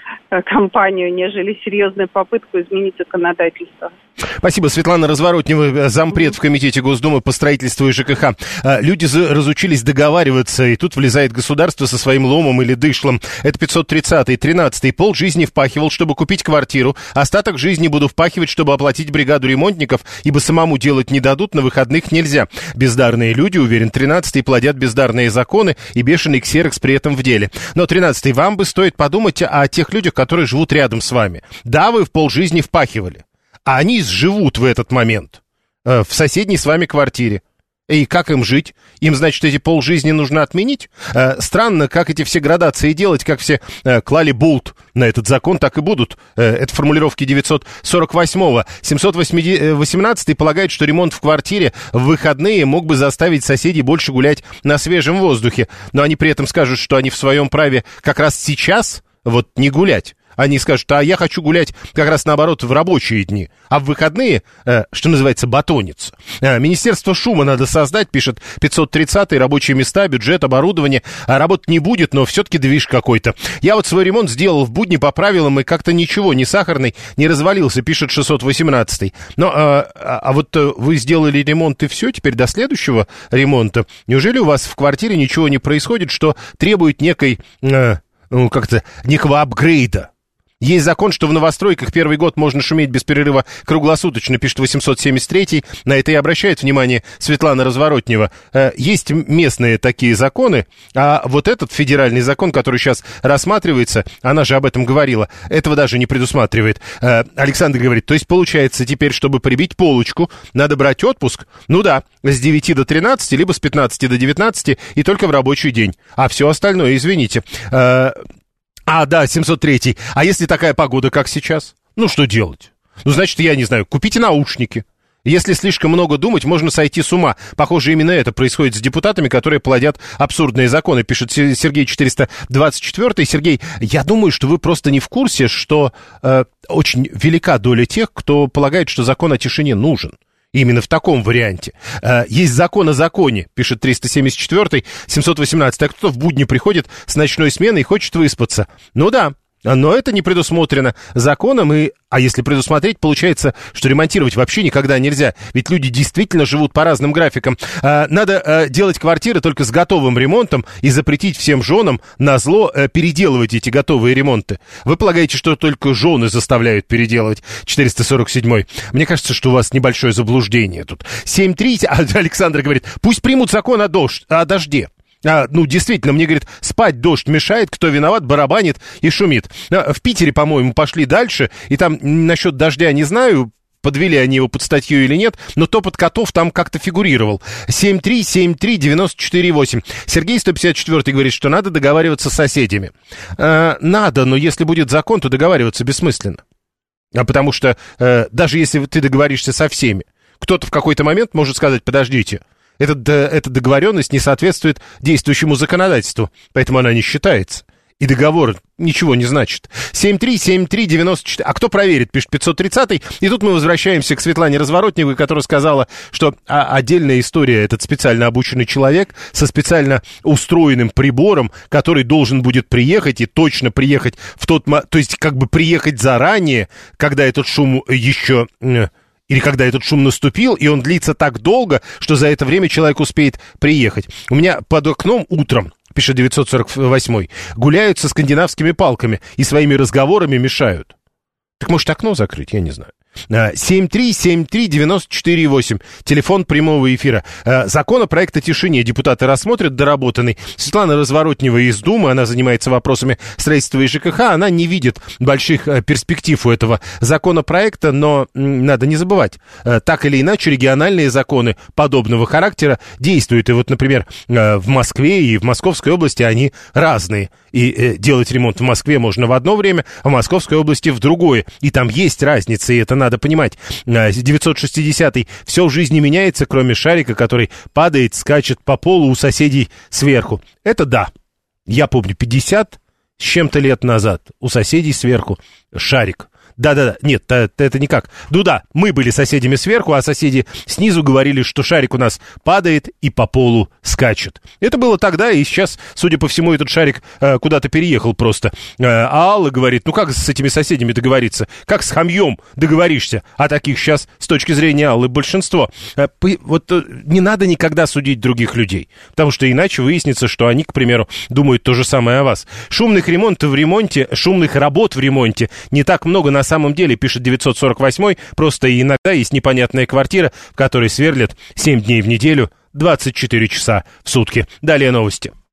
Speaker 11: кампанию, нежели серьезную попытку изменить законодательство.
Speaker 2: Спасибо. Светлана Разворотнева, зампред в Комитете Госдумы по строительству и ЖКХ. Люди разучились договариваться, и тут влезает государство со своим ломом или дышлом. Это пятьсот тридцатый, тринадцатый. Пол жизни впахивал, чтобы купить квартиру. Остаток жизни буду впахивать, чтобы оплатить бригаду ремонтников, ибо самому делать не дадут, на выходных нельзя. Бездарные люди, уверен, тринадцатый, плодят бездарные законы и бешеный ксерокс при этом в деле. Но, тринадцатый, вам бы стоит подумать о тех людях, которые живут рядом с вами. Да, вы в полжизни впахивали. А они живут в этот момент э, в соседней с вами квартире. И как им жить? Им, значит, эти полжизни нужно отменить? Э, странно, как эти все градации делать, как все э, клали болт на этот закон, так и будут. Э, это формулировки девятьсот сорок восьмого. семьсот восемнадцатый полагает, что ремонт в квартире в выходные мог бы заставить соседей больше гулять на свежем воздухе. Но они при этом скажут, что они в своем праве как раз сейчас вот не гулять. Они скажут, а я хочу гулять как раз наоборот в рабочие дни, а в выходные, э, что называется, батониться. Э, Министерство шума надо создать, пишет пятьсот тридцатый, рабочие места, бюджет, оборудование. А работать не будет, но все-таки движ какой-то. Я вот свой ремонт сделал в будни по правилам, и как-то ничего, не сахарный, не развалился, пишет шестьсот восемнадцатый. Но, э, а вот э, вы сделали ремонт и все, теперь до следующего ремонта. Неужели у вас в квартире ничего не происходит, что требует некой, э, ну, как-то, некого апгрейда? Есть закон, что в новостройках первый год можно шуметь без перерыва круглосуточно, пишет восемьсот семьдесят третий. На это и обращает внимание Светлана Разворотнева. Есть местные такие законы, а вот этот федеральный закон, который сейчас рассматривается, она же об этом говорила, этого даже не предусматривает. Александр говорит, то есть получается теперь, чтобы прибить полочку, надо брать отпуск, ну да, с девяти до тринадцати, либо с пятнадцати до девятнадцати, и только в рабочий день. А все остальное, извините... А, да, семьсот третий. А если такая погода, как сейчас? Ну, что делать? Ну, значит, я не знаю, купите наушники. Если слишком много думать, можно сойти с ума. Похоже, именно это происходит с депутатами, которые плодят абсурдные законы, пишет Сергей четыреста двадцать четвёртый. Сергей, я думаю, что вы просто не в курсе, что э, очень велика доля тех, кто полагает, что закон о тишине нужен. Именно в таком варианте. Есть закон о законе, пишет триста семьдесят четвёртый, семьсот восемнадцатый. А кто-то в будни приходит с ночной смены и хочет выспаться. Ну да, но это не предусмотрено законом, и, а если предусмотреть, получается, что ремонтировать вообще никогда нельзя, ведь люди действительно живут по разным графикам. А, надо а, делать квартиры только с готовым ремонтом и запретить всем женам назло а, переделывать эти готовые ремонты. Вы полагаете, что только жены заставляют переделывать? четыреста сорок седьмой. Мне кажется, что у вас небольшое заблуждение тут. семь три, а Александр говорит, пусть примут закон о, дождь, о дожде. А, ну, действительно, мне, говорит, спать дождь мешает, кто виноват, барабанит и шумит. А, в Питере, по-моему, пошли дальше, и там насчет дождя не знаю, подвели они его под статью или нет, но топот котов там как-то фигурировал. семь три семь три девять четыре восемь. Сергей сто пятьдесят четвёртый говорит, что надо договариваться с соседями. А, надо, но если будет закон, то договариваться бессмысленно. А потому что а, даже если ты договоришься со всеми, кто-то в какой-то момент может сказать, подождите, Этот, эта договоренность не соответствует действующему законодательству, поэтому она не считается. И договор ничего не значит. семь три семь три девять четыре. А кто проверит, пишет пятьсот тридцатый. И тут мы возвращаемся к Светлане Разворотневой, которая сказала, что а, отдельная история, этот специально обученный человек со специально устроенным прибором, который должен будет приехать и точно приехать в тот... То есть как бы приехать заранее, когда этот шум еще... Или когда этот шум наступил, и он длится так долго, что за это время человек успеет приехать. У меня под окном утром, пишет девятьсот сорок восьмой, гуляют со скандинавскими палками и своими разговорами мешают. Так может окно закрыть, я не знаю. семь три семь три девять четыре восемь. Телефон прямого эфира. Законопроект о тишине депутаты рассмотрят, доработанный. Светлана Разворотнева из Думы, она занимается вопросами строительства и ЖКХ, она не видит больших перспектив у этого законопроекта, но надо не забывать, так или иначе региональные законы подобного характера действуют. И вот, например, в Москве и в Московской области они разные. И делать ремонт в Москве можно в одно время, а в Московской области в другое. И там есть разница, и это надо надо понимать. девятьсот шестидесятый. Все в жизни меняется, кроме шарика, который падает, скачет по полу у соседей сверху. Это да. Я помню, пятьдесят с чем-то лет назад у соседей сверху шарик. Да-да-да, нет, это, это никак. Ну да, мы были соседями сверху, а соседи снизу говорили, что шарик у нас падает и по полу скачет. Это было тогда, и сейчас, судя по всему, этот шарик э, куда-то переехал просто. Э, а Алла говорит, ну как с этими соседями договориться? Как с хамьем договоришься? А таких сейчас, с точки зрения Аллы, большинство. Э, вот э, не надо никогда судить других людей, потому что иначе выяснится, что они, к примеру, думают то же самое о вас. Шумных ремонтов в ремонте, шумных работ в ремонте не так много на самом деле, пишет девятьсот сорок восемь, просто иногда есть непонятная квартира, в которой сверлят семь дней в неделю, двадцать четыре часа в сутки. Далее новости.